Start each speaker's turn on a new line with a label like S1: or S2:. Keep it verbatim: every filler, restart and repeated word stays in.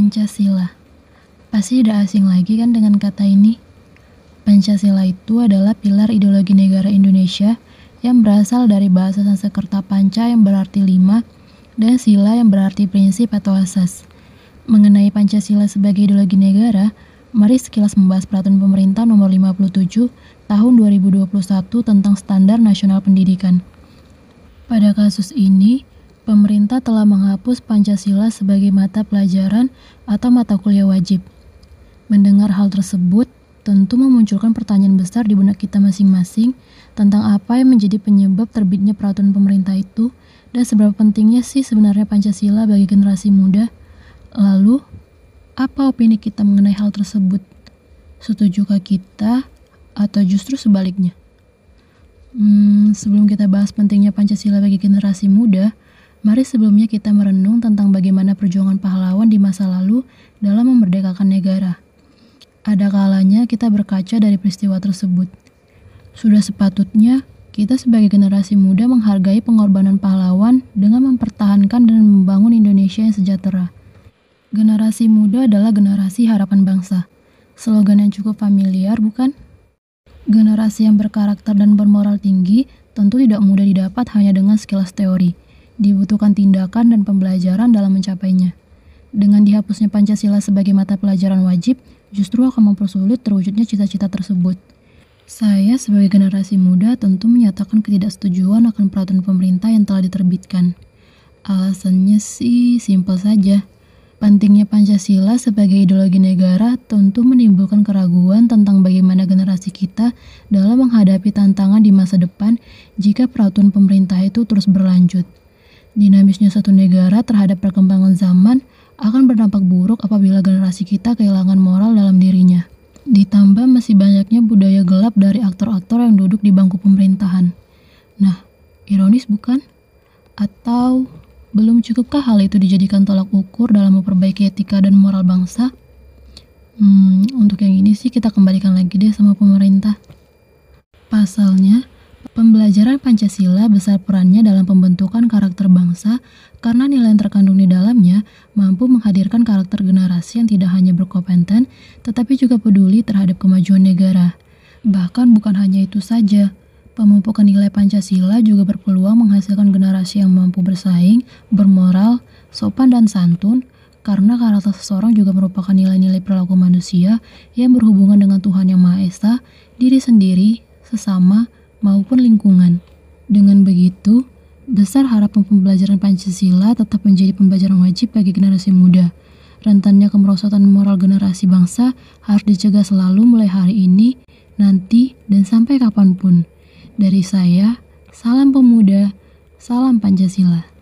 S1: Pancasila. Pasti tidak asing lagi kan dengan kata ini? Pancasila itu adalah pilar ideologi negara Indonesia yang berasal dari bahasa Sanskerta panca yang berarti lima dan sila yang berarti prinsip atau asas. Mengenai Pancasila sebagai ideologi negara, mari sekilas membahas Peraturan Pemerintah Nomor lima puluh tujuh Tahun dua ribu dua puluh satu tentang Standar Nasional Pendidikan. Pada kasus ini, pemerintah telah menghapus Pancasila sebagai mata pelajaran atau mata kuliah wajib. Mendengar hal tersebut, tentu memunculkan pertanyaan besar di benak kita masing-masing tentang apa yang menjadi penyebab terbitnya peraturan pemerintah itu dan seberapa pentingnya sih sebenarnya Pancasila bagi generasi muda. Lalu, apa opini kita mengenai hal tersebut? Setujukah kita atau justru sebaliknya? Hmm, sebelum kita bahas pentingnya Pancasila bagi generasi muda, mari sebelumnya kita merenung tentang bagaimana perjuangan pahlawan di masa lalu dalam memerdekakan negara. Ada kalanya kita berkaca dari peristiwa tersebut. Sudah sepatutnya kita sebagai generasi muda menghargai pengorbanan pahlawan dengan mempertahankan dan membangun Indonesia yang sejahtera. Generasi muda adalah generasi harapan bangsa. Slogan yang cukup familiar, bukan? Generasi yang berkarakter dan bermoral tinggi tentu tidak mudah didapat hanya dengan sekilas teori. Dibutuhkan tindakan dan pembelajaran dalam mencapainya. Dengan dihapusnya Pancasila sebagai mata pelajaran wajib, justru akan mempersulit terwujudnya cita-cita tersebut. Saya sebagai generasi muda tentu menyatakan ketidaksetujuan akan peraturan pemerintah yang telah diterbitkan. Alasannya sih simpel saja. Pentingnya Pancasila sebagai ideologi negara tentu menimbulkan keraguan tentang bagaimana generasi kita dalam menghadapi tantangan di masa depan jika peraturan pemerintah itu terus berlanjut. Dinamisnya suatu negara terhadap perkembangan zaman akan berdampak buruk apabila generasi kita kehilangan moral dalam dirinya. Ditambah masih banyaknya budaya gelap dari aktor-aktor yang duduk di bangku pemerintahan. Nah, ironis bukan? Atau belum cukupkah hal itu dijadikan tolak ukur dalam memperbaiki etika dan moral bangsa? Hmm, untuk yang ini sih kita kembalikan lagi deh sama pemerintah. Pasalnya, pembelajaran Pancasila besar perannya dalam pembentukan karakter bangsa karena nilai yang terkandung di dalamnya mampu menghadirkan karakter generasi yang tidak hanya berkompeten, tetapi juga peduli terhadap kemajuan negara. Bahkan bukan hanya itu saja, pemupukan nilai Pancasila juga berpeluang menghasilkan generasi yang mampu bersaing, bermoral, sopan dan santun, karena karakter seseorang juga merupakan nilai-nilai perilaku manusia yang berhubungan dengan Tuhan Yang Maha Esa, diri sendiri, sesama, maupun lingkungan. Dengan begitu, besar harapan pembelajaran Pancasila tetap menjadi pembelajaran wajib bagi generasi muda. Rentannya kemerosotan moral generasi bangsa harus dicegah selalu mulai hari ini, nanti, dan sampai kapanpun. Dari saya, salam pemuda, salam Pancasila.